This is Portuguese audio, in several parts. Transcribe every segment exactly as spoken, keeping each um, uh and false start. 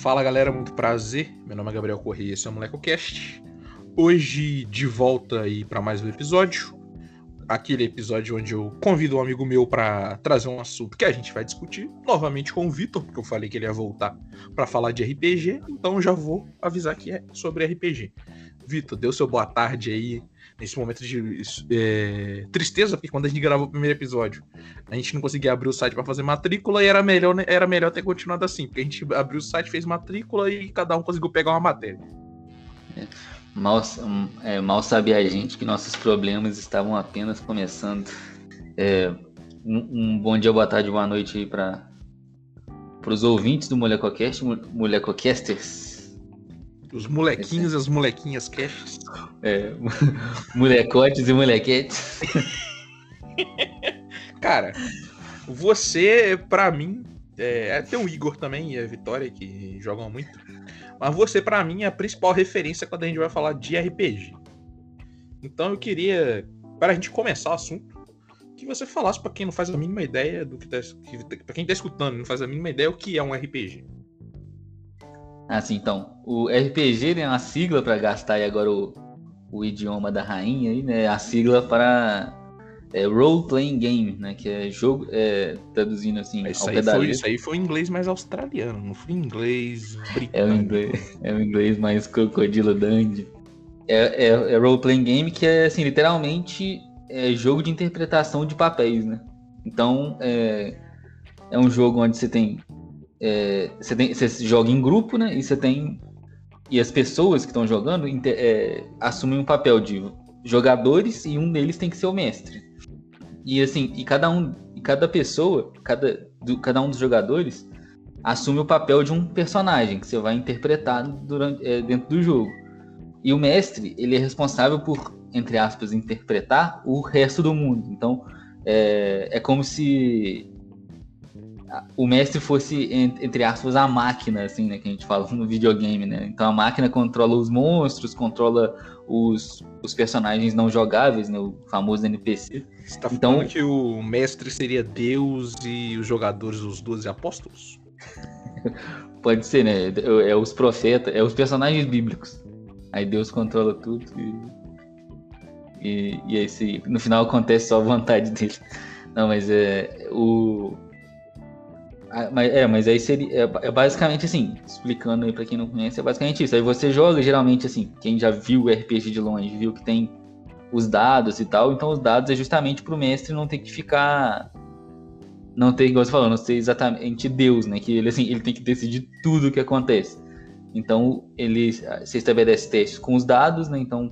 Fala galera, muito prazer. Meu nome é Gabriel Corrêa, esse é o MolecoCast. Hoje de volta aí para mais um episódio. Aquele episódio onde eu convido um amigo meu para trazer um assunto que a gente vai discutir novamente com o Vitor, porque eu falei que ele ia voltar para falar de R P G, então já vou avisar que é sobre R P G. Vitor, deu seu boa tarde aí nesse momento de é, tristeza, porque quando a gente gravou o primeiro episódio, a gente não conseguia abrir o site para fazer matrícula e era melhor, era melhor ter continuado assim, porque a gente abriu o site, fez matrícula e cada um conseguiu pegar uma matéria. É, mal, é, mal sabia a gente que nossos problemas estavam apenas começando. É, um, um bom dia, boa tarde, boa noite aí para os ouvintes do MolecoCast, MolecoCasters. Os molequinhos e as molequinhas casts. É, molecotes e molequetes. Cara, você, pra mim, é, tem o Igor também e a Vitória, que jogam muito. Mas você, pra mim, é a principal referência quando a gente vai falar de R P G. Então eu queria, para a gente começar o assunto, que você falasse pra quem não faz a mínima ideia do que tá... Que, pra quem tá escutando e não faz a mínima ideia o que é um R P G. Assim, então, o R P G, né, é uma sigla para gastar aí agora o, o idioma da rainha, aí, né, a sigla para é, Role Playing Game, né, que é jogo, é, traduzindo assim, isso ao aí pé da foi, letra. Isso aí foi inglês mais australiano, não foi inglês britânico. É o inglês, é o inglês mais crocodilo dandy. É, é, é Role Playing Game, que é, assim, literalmente é jogo de interpretação de papéis, né. Então, é, é um jogo onde você tem É, você, tem, você joga em grupo, né? E você tem. E as pessoas que estão jogando é, assumem um papel de jogadores e um deles tem que ser o mestre. E assim, e cada um, e cada pessoa, cada, do, cada um dos jogadores assume o papel de um personagem que você vai interpretar durante, é, dentro do jogo. E o mestre, ele é responsável por, entre aspas, interpretar o resto do mundo. Então, é, é como se o mestre fosse, entre aspas, a máquina, assim, né, que a gente fala no videogame, né? Então a máquina controla os monstros, controla os, os personagens não jogáveis, né, o famoso N P C. Você tá então, falando que o mestre seria Deus e os jogadores os doze apóstolos? Pode ser, né? É, é os profetas, é os personagens bíblicos. Aí Deus controla tudo e, e, e aí se, no final acontece só a vontade dele. Não, mas é o... Mas, é, mas aí seria, é, é basicamente assim, explicando aí pra quem não conhece, é basicamente isso. Aí você joga, geralmente assim, quem já viu o R P G de longe, viu que tem os dados e tal, então os dados é justamente pro mestre não ter que ficar, não ter, igual você falou, não ser exatamente Deus, né, que ele assim, ele tem que decidir tudo o que acontece. Então, ele, você estabelece testes com os dados, né, então,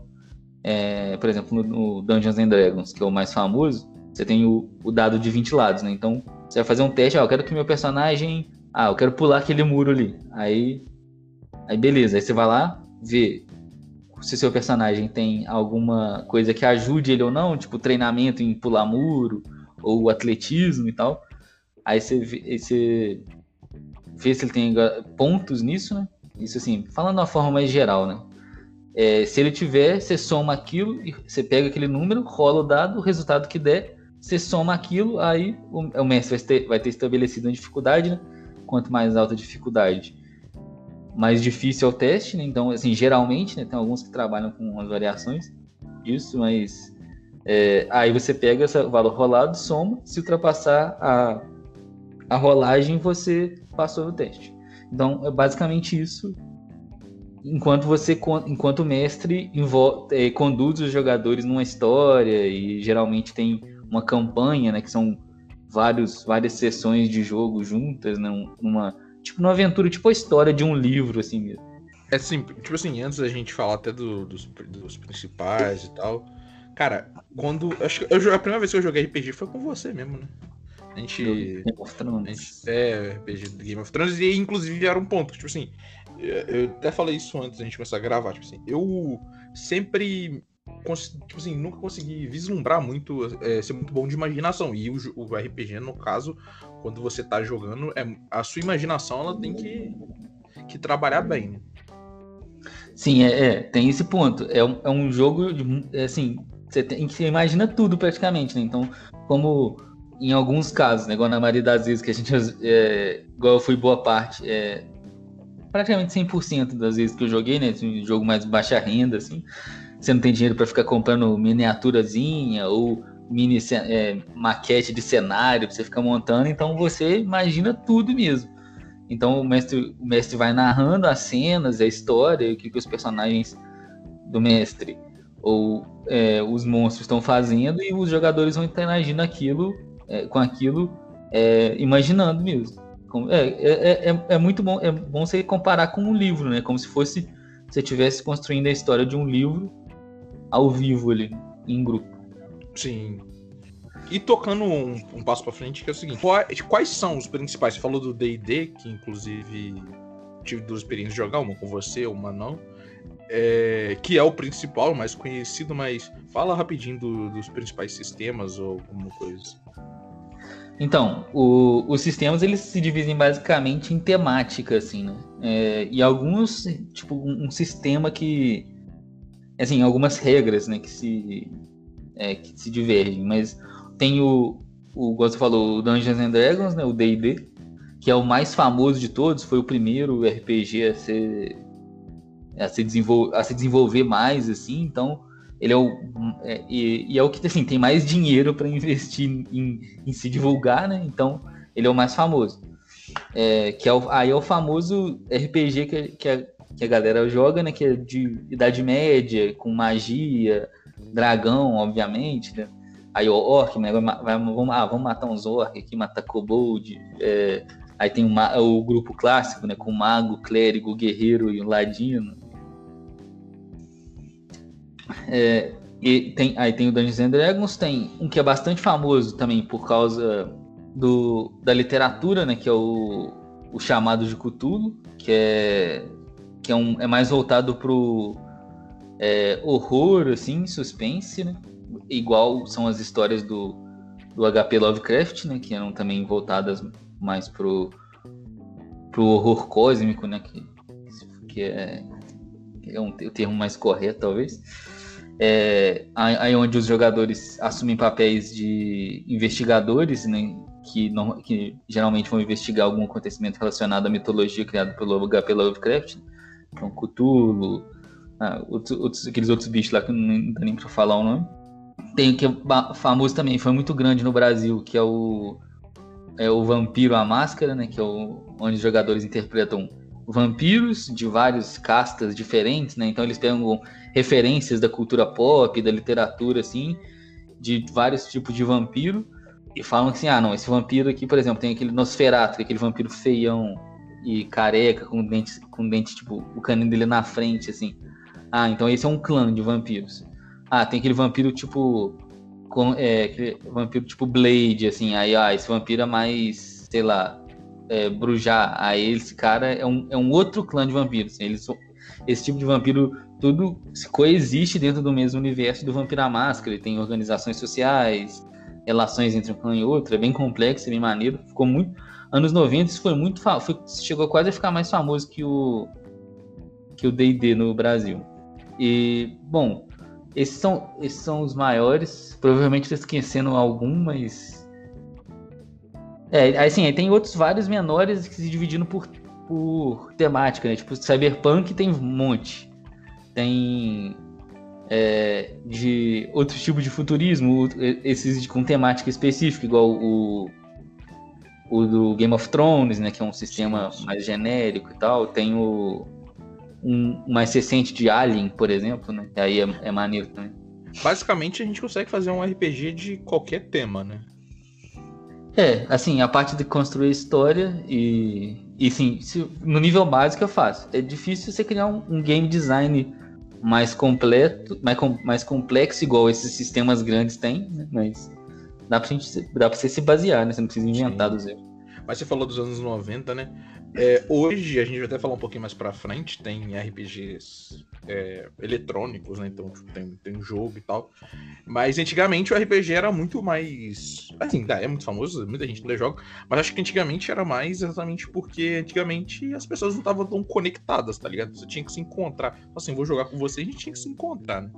é, por exemplo, no, no Dungeons and Dragons, que é o mais famoso, você tem o, o dado de vinte lados, né, então você vai fazer um teste, ah, eu quero que meu personagem... Ah, eu quero pular aquele muro ali. Aí, aí beleza, aí você vai lá, vê se seu personagem tem alguma coisa que ajude ele ou não, tipo treinamento em pular muro, ou atletismo e tal. Aí você vê, você vê se ele tem pontos nisso, né? Isso assim, falando de uma forma mais geral, né? É, se ele tiver, você soma aquilo, e você pega aquele número, rola o dado, o resultado que der... Você soma aquilo, aí o, o mestre vai ter, vai ter estabelecido a dificuldade, né? Quanto mais alta a dificuldade, mais difícil é o teste, né? Então, assim, geralmente, né? Tem alguns que trabalham com umas variações disso, mas é, aí você pega esse valor rolado, soma, se ultrapassar a, a rolagem, você passou no teste. Então, é basicamente isso. Enquanto você, enquanto o mestre envol- é, conduz os jogadores numa história e geralmente tem uma campanha, né, que são vários, várias sessões de jogo juntas, né, numa, tipo uma aventura, tipo a história de um livro, assim mesmo. É assim, tipo assim, antes da gente falar até do, dos, dos principais e tal, cara, quando, acho que eu, a primeira vez que eu joguei R P G foi com você mesmo, né? A gente... Game of Thrones. A gente, é, R P G do Game of Thrones, e inclusive era um ponto, tipo assim, eu até falei isso antes da gente começar a gravar, tipo assim, eu sempre... Tipo assim, nunca consegui vislumbrar muito, é, ser muito bom de imaginação. E o, o R P G, no caso, quando você tá jogando, é, a sua imaginação ela tem que, que trabalhar bem, né? Sim, é, é tem esse ponto. É um, é um jogo, de, é, assim, você, tem, você imagina tudo praticamente, né? Então, como em alguns casos, né, igual na maioria das vezes que a gente, é, igual eu fui boa parte, é, praticamente cem por cento das vezes que eu joguei, né? Um jogo mais baixa renda, assim. Você não tem dinheiro para ficar comprando miniaturazinha ou mini é, maquete de cenário para você ficar montando, então você imagina tudo mesmo. Então o mestre, o mestre vai narrando as cenas, a história, o que, que os personagens do mestre ou é, os monstros estão fazendo, e os jogadores vão interagir naquilo, é, com aquilo, é, imaginando mesmo. É, é, é, é muito bom, é bom você comparar com um livro, né? Como se fosse você estivesse construindo a história de um livro ao vivo ali, em grupo. Sim. E tocando um, um passo pra frente, que é o seguinte: quais, quais são os principais? Você falou do D e D, que inclusive tive duas experiências de jogar, uma com você, uma não. É, que é o principal, o mais conhecido, mas fala rapidinho do, dos principais sistemas ou alguma coisa. Então, o, os sistemas eles se dividem basicamente em temática, assim, né? É, e alguns, tipo, um, um sistema que, assim, algumas regras, né, que se, é, que se divergem, mas tem o, o, como você falou, o Dungeons and Dragons, né, o D e D, que é o mais famoso de todos, foi o primeiro R P G a ser a se, desenvol- a se desenvolver mais, assim, então ele é o é, e, e é o que assim, tem mais dinheiro para investir em, em se divulgar, né? Então ele é o mais famoso, é, que é o, aí é o famoso R P G que, que, a, que a galera joga, né? Que é de Idade Média, com magia, dragão, obviamente, né? Aí o orc, né? vai, vai, vamos, ah, vamos matar uns orc aqui, matar kobold, é, aí tem o, o grupo clássico, né? Com o mago, clérigo, guerreiro e o ladino. É, e tem, aí tem o Dungeons and Dragons, tem um que é bastante famoso também por causa do, da literatura, né, que é o, o chamado de Cthulhu, que é, que é, um, é mais voltado pro é, horror, assim, suspense, né, igual são as histórias do, do H P Lovecraft, né, que eram também voltadas mais pro, pro horror cósmico, né, que, que é, é um, o termo mais correto, talvez. É, aí onde os jogadores assumem papéis de investigadores, né, que, não, que geralmente vão investigar algum acontecimento relacionado à mitologia criada pelo H P Lovecraft, então Cthulhu, ah, outros, outros, aqueles outros bichos lá que não dá nem pra falar o nome. Tem o que é famoso também, foi muito grande no Brasil, que é o, é o Vampiro à Máscara, né, que é o, onde os jogadores interpretam vampiros de várias castas diferentes, né? Então eles pegam referências da cultura pop, da literatura, assim, de vários tipos de vampiro, e falam assim, ah, não, esse vampiro aqui, por exemplo, tem aquele Nosferatu, aquele vampiro feião e careca, com dente, com dente, tipo, o canino dele na frente, assim. Ah, então esse é um clã de vampiros. Ah, tem aquele vampiro, tipo, com, é, aquele vampiro tipo Blade, assim, aí, ah, esse vampiro é mais, sei lá, É, Brujar, aí esse cara é um, é um outro clã de vampiros. Assim, eles, esse tipo de vampiro, tudo coexiste dentro do mesmo universo do Vampiro à Máscara. Ele tem organizações sociais, relações entre um clã e outro, é bem complexo, é bem maneiro. Ficou muito. Anos noventa isso foi muito. Foi, chegou quase a ficar mais famoso que o que o D e D no Brasil. E, bom, esses são, esses são os maiores. Provavelmente estou esquecendo algum, mas. É, assim, aí tem outros vários menores que se dividindo por, por temática, né? Tipo, Cyberpunk tem um monte. Tem é, de outros tipos de futurismo, esses com temática específica, igual o, o do Game of Thrones, né? Que é um sistema mais genérico e tal. Tem o um mais recente de Alien, por exemplo, né? Que aí é, é maneiro também. Basicamente, a gente consegue fazer um R P G de qualquer tema, né? É, assim, a parte de construir história e, e sim, se, no nível básico eu faço. É difícil você criar um, um game design mais completo, mais, mais complexo, igual esses sistemas grandes têm, né? Mas dá pra, gente, dá pra você se basear, né? Você não precisa inventar do zero. Mas você falou dos anos noventa, né? É, hoje, a gente vai até falar um pouquinho mais pra frente, tem R P Gs é, eletrônicos, né? Então tipo, tem, tem jogo e tal. Mas antigamente o R P G era muito mais... Assim, é muito famoso, muita gente ainda joga. Mas acho que antigamente era mais exatamente porque antigamente as pessoas não estavam tão conectadas, tá ligado? Você tinha que se encontrar. Assim, vou jogar com você, a gente tinha que se encontrar, né?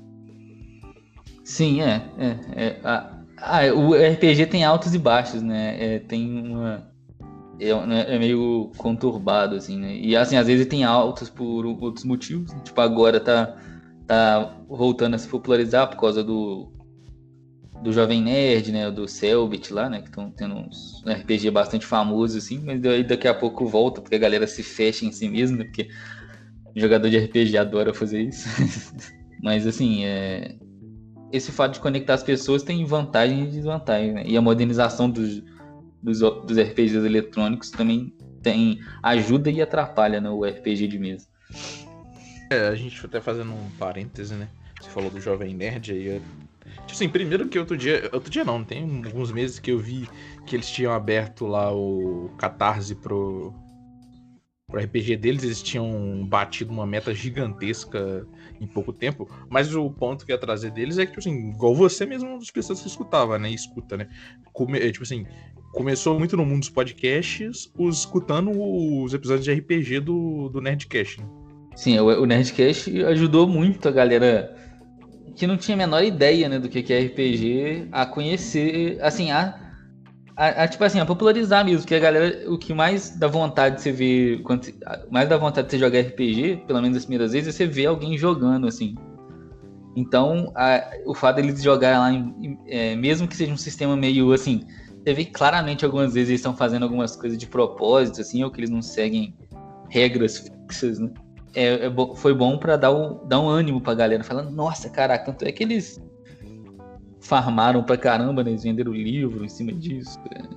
Sim, é. é, é a, a, o R P G tem altos e baixos, né? É, tem uma... é, é meio conturbado, assim, né? E assim, às vezes tem altos por outros motivos. Tipo, agora tá, tá voltando a se popularizar por causa do, do Jovem Nerd, né? Do Cellbit lá, né? Que estão tendo uns R P G bastante famosos, assim, mas daí daqui a pouco volta, porque a galera se fecha em si mesmo, né? Porque jogador de R P G adora fazer isso. Mas assim, é... esse fato de conectar as pessoas tem vantagem e desvantagem, né? E a modernização dos, dos, dos R P Gs eletrônicos também tem, ajuda e atrapalha, né, o R P G de mesa. É, a gente até fazendo um parêntese, né? Você falou do Jovem Nerd aí. Eu... Tipo assim, primeiro que outro dia. Outro dia não, tem alguns meses que eu vi que eles tinham aberto lá o Catarse pro. pro R P G deles, eles tinham batido uma meta gigantesca em pouco tempo, mas o ponto que eu ia trazer deles é que, tipo assim, igual você mesmo, uma das pessoas que escutava, né, escuta, né, Come, tipo assim, começou muito no mundo dos podcasts, os, escutando os episódios de R P G do, do Nerdcast, né? Sim, o, o Nerdcast ajudou muito a galera que não tinha a menor ideia, né, do que é R P G a conhecer, assim, a A, a, tipo assim, a popularizar mesmo, porque a galera, o que mais dá vontade de você ver, quando, mais dá vontade de você jogar R P G, pelo menos as primeiras vezes, é você ver alguém jogando, assim. Então, a, o fato deles jogarem lá, em, é, mesmo que seja um sistema meio, assim, você vê claramente algumas vezes eles estão fazendo algumas coisas de propósito, assim, ou que eles não seguem regras fixas, né? É, é, foi bom pra dar um, dar um ânimo pra galera, falando, nossa, caraca, tanto é que eles farmaram pra caramba, né? Eles venderam livro em cima disso.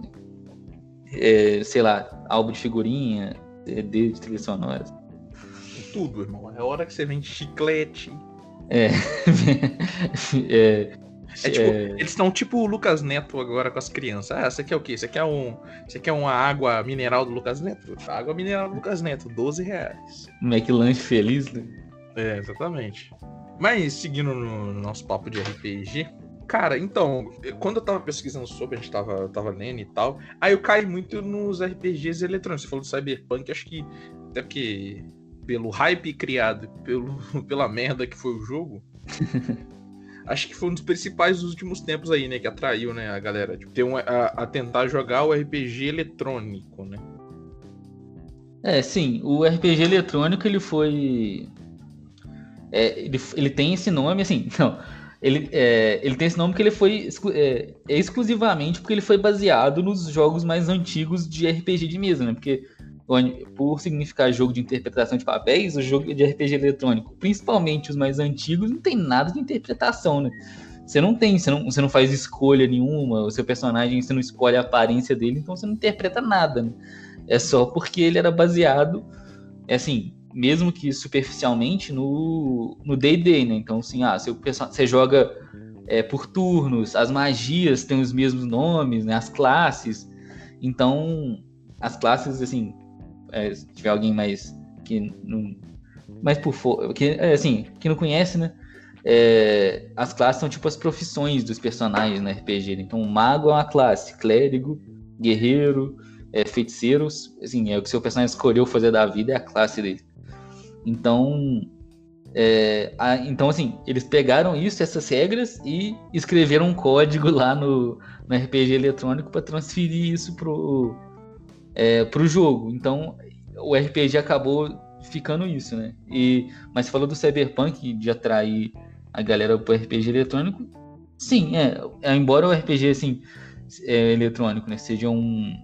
É, sei lá, álbum de figurinha, C D de trilha sonora. Tudo, irmão. É hora que você vende chiclete. É. é, é tipo, é... Eles estão tipo o Lucas Neto agora com as crianças. Ah, você quer o quê? Você quer, um, você quer uma água mineral do Lucas Neto? Água mineral do Lucas Neto, doze reais. McLanche feliz, né? É, exatamente. Mas, seguindo no nosso papo de R P G... Cara, então, quando eu tava pesquisando sobre, a gente tava, tava lendo e tal, aí eu caí muito nos R P Gs eletrônicos. Você falou do Cyberpunk, acho que até porque pelo hype criado, pelo, pela merda que foi o jogo, acho que foi um dos principais dos últimos tempos aí, né, que atraiu, né, a galera, tipo, ter um, a, a tentar jogar o R P G eletrônico, né? É, sim, o R P G eletrônico, ele foi... É, ele, ele tem esse nome, assim, não... Ele, é, ele tem esse nome porque ele foi é, exclusivamente porque ele foi baseado nos jogos mais antigos de R P G de mesa, né? Porque por significar jogo de interpretação de papéis, o jogo de R P G eletrônico, principalmente os mais antigos, não tem nada de interpretação, né? Você não tem, você não, você não faz escolha nenhuma, o seu personagem, você não escolhe a aparência dele, então você não interpreta nada, né? É só porque ele era baseado, é assim... mesmo que superficialmente, no, no D e D, né? Então, assim, ah, seu person... você joga é, por turnos, as magias têm os mesmos nomes, né? As classes. Então, as classes, assim, é, se tiver alguém mais que não... mais por fora, que, é, assim, que não conhece, né? É, as classes são tipo as profissões dos personagens no R P G. Né? Então, o mago é uma classe, clérigo, guerreiro, é, feiticeiros, assim, é o que seu personagem escolheu fazer da vida, é a classe dele. Então, é, a, então, assim, eles pegaram isso, essas regras, e escreveram um código lá no, no R P G eletrônico para transferir isso pro, é, pro jogo. Então, o R P G acabou ficando isso, né? E, mas você falou do Cyberpunk, de atrair a galera pro R P G eletrônico. Sim, é, é embora o R P G, assim, é, eletrônico, né, seja um...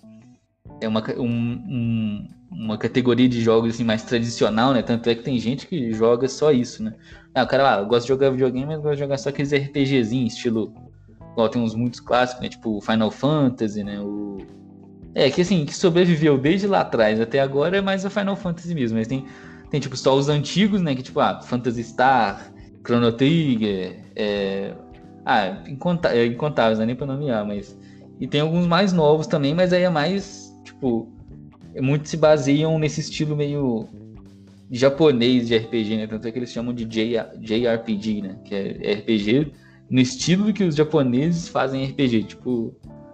é uma... um, um uma categoria de jogos assim, mais tradicional, né? Tanto é que tem gente que joga só isso, né? Ah, o cara, ah, eu gosto de jogar videogame, mas gosto de jogar só aqueles RPGzinhos, estilo... Igual tem uns muitos clássicos, né? Tipo Final Fantasy, né? O... É, que assim, que sobreviveu desde lá atrás até agora é mais o Final Fantasy mesmo. Mas tem, tem tipo, só os antigos, né? Que tipo, ah, Phantasy Star, Chrono Trigger, é... Ah, incontáveis, é, incontáveis, não é nem pra nomear, mas... E tem alguns mais novos também, mas aí é mais, tipo... Muitos se baseiam nesse estilo meio japonês de R P G, né? Tanto é que eles chamam de J R P G, né? Que é R P G no estilo que os japoneses fazem R P G. Tipo...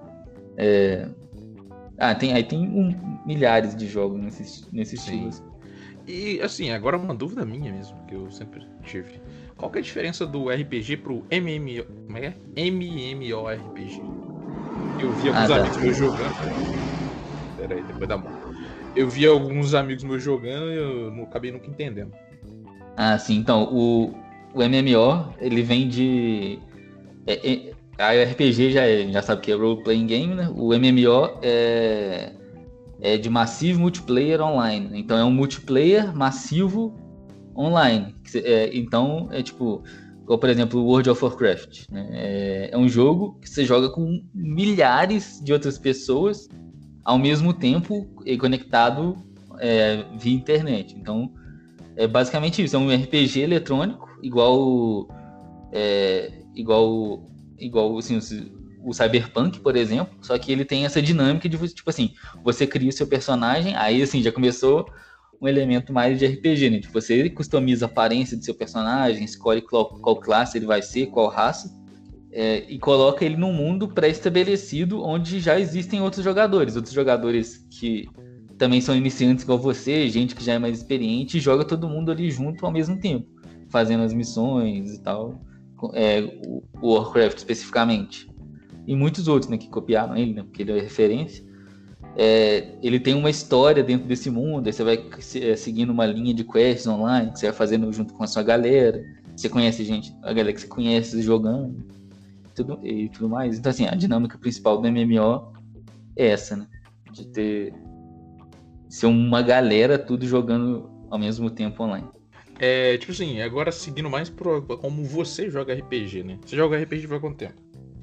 É... Ah, tem, aí tem um, milhares de jogos nesse, nesse estilo. Assim. E, assim, agora uma dúvida minha mesmo, que eu sempre tive. Qual que é a diferença do R P G pro M M O... Como é? MMORPG? Eu vi alguns ah, amigos tá. meus jogando... aí, depois da morte. Eu vi alguns amigos meus jogando e eu não acabei nunca entendendo. Ah, sim. Então, o, o M M O, ele vem de... É, é, a R P G já, é, já sabe que é Role Playing Game, né? O M M O é, é de Massive Multiplayer Online. Então, é um multiplayer massivo online. É, então, é tipo... Ou, por exemplo, o World of Warcraft. Né? É, é um jogo que você joga com milhares de outras pessoas ao mesmo tempo e conectado é, via internet. Então, é basicamente isso. É um R P G eletrônico, igual, é, igual, igual assim, o, o Cyberpunk, por exemplo. Só que ele tem essa dinâmica de, tipo assim, você cria o seu personagem, aí assim, já começou um elemento mais de R P G, né? Tipo, você customiza a aparência do seu personagem, escolhe qual, qual classe ele vai ser, qual raça, é, e coloca ele num mundo pré-estabelecido onde já existem outros jogadores, outros jogadores que também são iniciantes igual você, gente que já é mais experiente, e joga todo mundo ali junto ao mesmo tempo, fazendo as missões e tal, é, o, o Warcraft especificamente. E muitos outros, né, que copiaram ele, né, porque ele é referência. É, ele tem uma história dentro desse mundo, aí você vai é, seguindo uma linha de quests online que você vai fazendo junto com a sua galera, você conhece gente, a galera que você conhece jogando tudo, e tudo mais. Então assim, a dinâmica principal do M M O é essa, né, de ter ser uma galera tudo jogando ao mesmo tempo online. É, tipo assim, agora seguindo mais pro como você joga R P G, né? Você joga R P G por quanto tempo?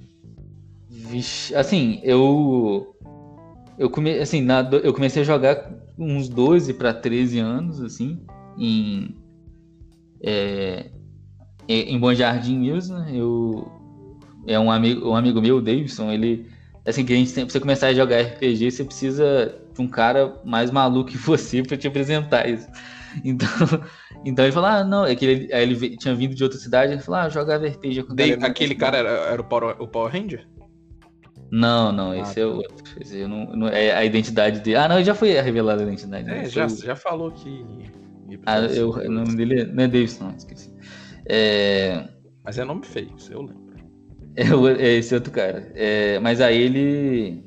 Vixe, assim, eu Eu, come, assim, na, eu comecei a jogar uns doze para treze anos, assim, em, é, em Bom Jardim mesmo, né? Eu, é um amigo, um amigo meu, o Davidson, ele, assim, que a gente, pra você começar a jogar R P G, você precisa de um cara mais maluco que você para te apresentar isso. Então, então ele falou, ah, não, é que ele, aí ele tinha vindo de outra cidade, ele falou, ah, jogava R P G com Dei, aquele cara era, era o, Power, o Power Ranger? Não, não, ah, esse tá. é outro. Esse não, não, é a identidade dele. Ah, não, já foi revelada a identidade dele. É, já, já falou que. Ah, eu, o nome dele não é Davis, não, esqueci. É... Mas é nome feio, isso eu lembro. É, é esse outro cara. É, mas aí ele.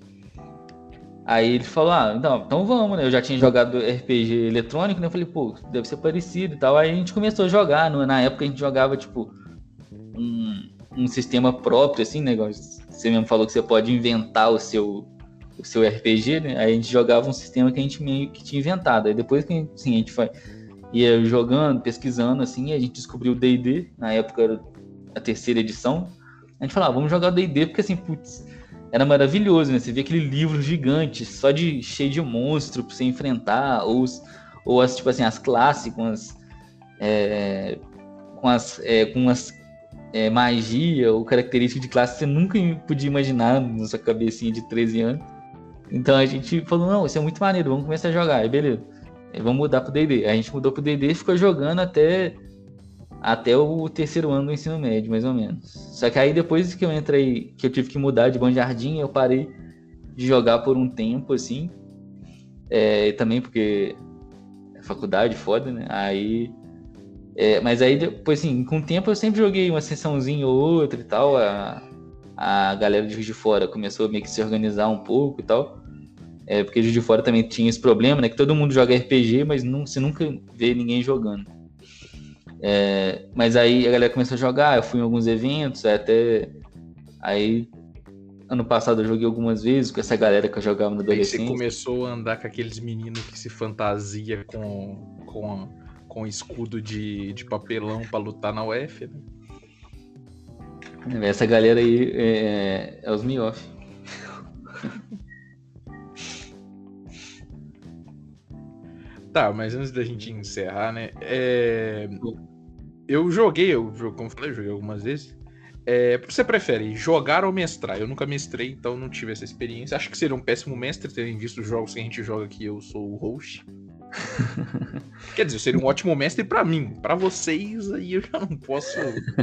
Aí ele falou: ah, então, então vamos, né? Eu já tinha jogado R P G eletrônico, né? Eu falei, pô, deve ser parecido e tal. Aí a gente começou a jogar. Na época a gente jogava, tipo, um, um sistema próprio, assim, né? Você mesmo falou que você pode inventar o seu, o seu R P G, né? Aí a gente jogava um sistema que a gente meio que tinha inventado. Aí depois que assim, a gente foi, ia jogando, pesquisando, assim, a gente descobriu o D e D. Na época era a terceira edição. A gente falava, ah, vamos jogar o D e D, porque assim, putz, era maravilhoso, né? Você vê aquele livro gigante, só de cheio de monstro pra você enfrentar, ou, os, ou as, tipo assim, as classes com as. É, com as. É, com as É, magia ou característica de classe que você nunca podia imaginar na sua cabecinha de treze anos. Então a gente falou, não, isso é muito maneiro, vamos começar a jogar. Aí beleza, aí vamos mudar pro D e D. Aí a gente mudou pro D e D e ficou jogando até, até o terceiro ano do ensino médio, mais ou menos. Só que aí depois que eu entrei, que eu tive que mudar de Bom Jardim, eu parei de jogar por um tempo, assim. É, e também porque é faculdade, foda, né? Aí... É, mas aí depois, assim, com o tempo eu sempre joguei uma sessãozinha ou outra e tal. A, a galera de Juiz de Fora começou a meio que se organizar um pouco e tal. É, porque Juiz de Fora também tinha esse problema, né? Que todo mundo joga R P G, mas não, você nunca vê ninguém jogando. É, mas aí a galera começou a jogar, eu fui em alguns eventos, até... Aí, ano passado eu joguei algumas vezes com essa galera que eu jogava na adolescência. Aí você começou a andar com aqueles meninos que se fantasia com... com... com escudo de, de papelão pra lutar na U F, né? Essa galera aí é, é os Mioff. Tá, mas antes da gente encerrar, né? É... Eu joguei, eu, como eu falei, eu joguei algumas vezes. É... Você prefere jogar ou mestrar? Eu nunca mestrei, então não tive essa experiência. Acho que seria um péssimo mestre, terem visto os jogos que a gente joga aqui, eu sou o host. Quer dizer, seria um ótimo mestre pra mim. Pra vocês, aí eu já não posso.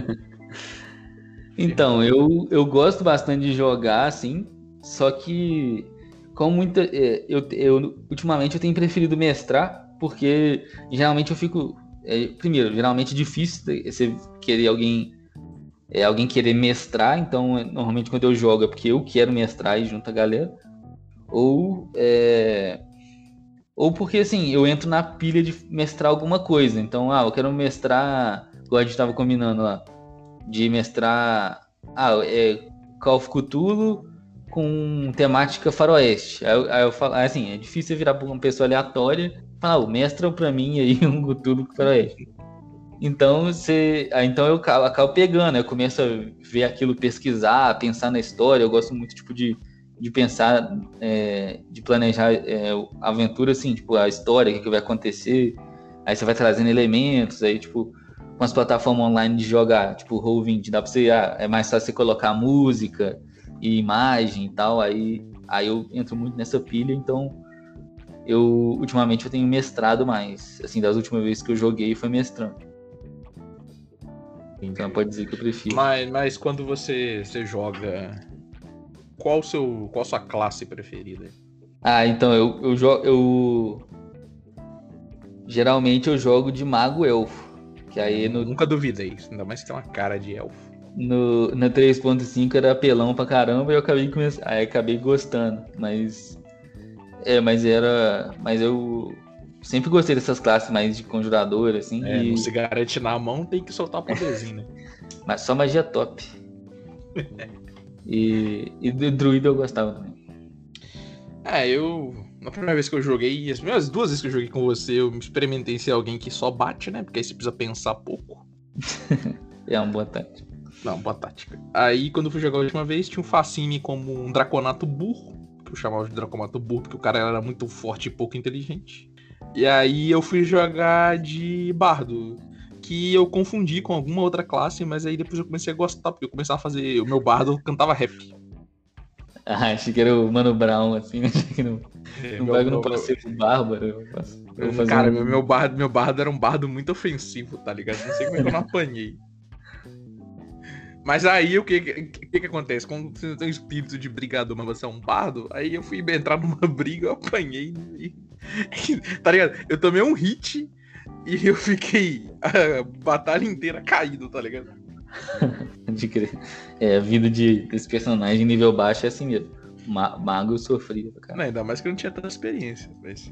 Então, eu, eu gosto bastante de jogar, assim. Só que, com muita. Eu, eu, ultimamente eu tenho preferido mestrar, porque geralmente eu fico. É, primeiro, geralmente é difícil você querer alguém. É, alguém querer mestrar, então normalmente quando eu jogo é porque eu quero mestrar e junto a galera. ou é, ou porque assim, eu entro na pilha de mestrar alguma coisa. Então, ah, eu quero mestrar, igual a gente tava combinando lá, de mestrar ah, é, Call of Cthulhu com temática faroeste. Aí, eu- aí eu falo, assim, é difícil eu virar pra uma pessoa aleatória e falar, oh, mestra pra mim aí um Cthulhu com faroeste. Então, você, ah, então eu acabo, acabo pegando, eu começo a ver aquilo, pesquisar, pensar na história. Eu gosto muito tipo, de, de pensar, é, de planejar é, a aventura, assim, tipo, a história, o que, que vai acontecer. Aí você vai trazendo elementos, aí, tipo, com as plataformas online de jogar, tipo, roll vinte, dá pra você, ah, é mais fácil você colocar música e imagem e tal. Aí, aí eu entro muito nessa pilha, então eu, ultimamente, eu tenho mestrado mais. Assim, das últimas vezes que eu joguei foi mestrando. Então pode dizer que eu prefiro. Mas, mas quando você, você joga, qual o seu, qual a sua classe preferida? Ah, então eu, eu jogo. Eu... Geralmente eu jogo de mago elfo. Que aí no, Nunca duvidei, ainda mais que tem uma cara de elfo. no, na três ponto cinco era apelão pra caramba e eu acabei, come... aí acabei gostando. Mas. É, mas era. Mas eu sempre gostei dessas classes mais de conjurador, assim. É, e... no cigarete na mão tem que soltar o poderzinho, né? Mas só magia top. e, e do druida eu gostava também. É, eu. Na primeira vez que eu joguei, as primeiras duas vezes que eu joguei com você, eu experimentei ser alguém que só bate, né? Porque aí você precisa pensar pouco. É uma boa tática. Não, boa tática. Aí quando eu fui jogar a última vez, tinha um Facine como um Draconato burro. Que eu chamava de Draconato burro, porque o cara era muito forte e pouco inteligente. E aí eu fui jogar de bardo, que eu confundi com alguma outra classe, mas aí depois eu comecei a gostar, porque eu começava a fazer. O meu bardo cantava rap. Ah, achei que era o Mano Brown, assim, achei que não. É, Não meu- vai no meu- passeio bárbaro. Eu faço- eu vou fazer Cara, um- meu, meu, bardo, meu bardo era um bardo muito ofensivo, tá ligado? Não sei como é que eu não apanhei. Mas aí o que, que, que acontece? Quando você tem um espírito de brigador, mas você é um bardo, aí eu fui entrar numa briga, eu apanhei. E... tá ligado? Eu tomei um hit e eu fiquei a batalha inteira caído, tá ligado? de crer. É, a vida de, desse personagem nível baixo é assim mesmo. Ma- Mago eu sofria, cara. Não, ainda mais que eu não tinha tanta experiência. Mas,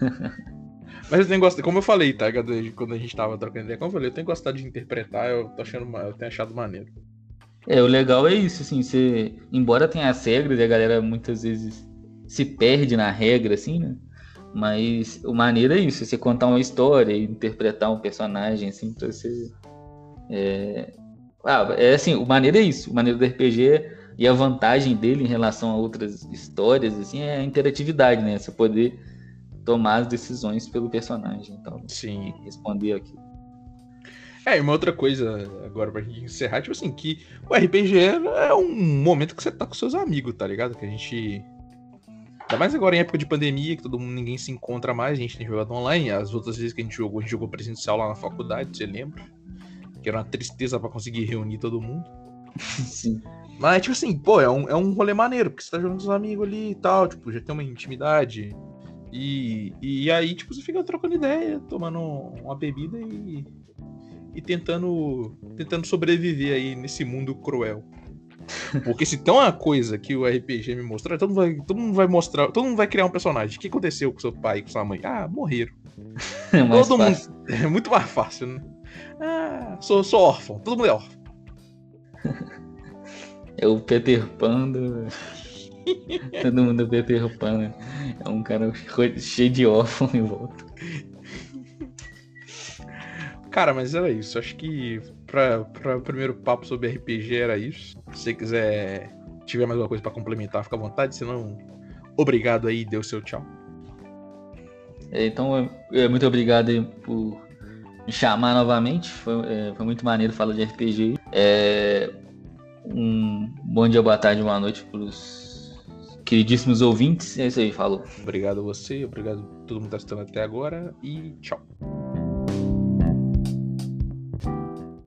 mas eu tenho gostado, como eu falei, tá ligado? Quando a gente tava trocando ideia, como eu falei, eu tenho gostado de interpretar, eu tô achando, eu tenho achado maneiro. É, o legal é isso, assim, você, embora tenha as regras e a galera muitas vezes se perde na regra, assim, né? Mas o maneiro é isso, você contar uma história e interpretar um personagem, assim, pra você. É, ah, é assim, o maneiro é isso, o maneiro do R P G e a vantagem dele em relação a outras histórias, assim, é a interatividade, né? Você poder tomar as decisões pelo personagem, então, Sim. responder aquilo. É, e uma outra coisa, agora pra gente encerrar, tipo assim, que o R P G é um momento que você tá com seus amigos, tá ligado? Que a gente. Ainda mais agora em época de pandemia, que todo mundo, ninguém se encontra mais, a gente tem jogado online. As outras vezes que a gente jogou, a gente jogou presencial lá na faculdade, você lembra? Que era uma tristeza pra conseguir reunir todo mundo. Sim. Mas, tipo assim, pô, é um, é um rolê maneiro, porque você tá jogando com seus amigos ali e tal, tipo, já tem uma intimidade. E, e aí, tipo, você fica trocando ideia, tomando uma bebida e. E tentando, tentando sobreviver aí nesse mundo cruel. Porque se tem uma coisa que o R P G me mostrou, todo mundo vai, todo mundo vai mostrar, todo mundo vai criar um personagem. O que aconteceu com seu pai e com sua mãe? Ah, morreram. É mais Todo fácil. mundo. É muito mais fácil, né? Ah, sou, sou órfão. Todo mundo é órfão. É o Peter Pan do... Todo mundo é Peter Pan, né? É um cara cheio de órfão em volta. Cara, mas era isso. Acho que pra, pra primeiro papo sobre R P G era isso. Se você quiser, tiver mais alguma coisa pra complementar, fica à vontade. Senão, obrigado aí, dê o seu tchau. É, então, é, muito obrigado aí por me chamar novamente. Foi, é, foi muito maneiro falar de R P G. É, um bom dia, boa tarde, boa noite pros queridíssimos ouvintes. É isso aí, falou. Obrigado a você, obrigado a todo mundo que tá assistindo até agora e tchau.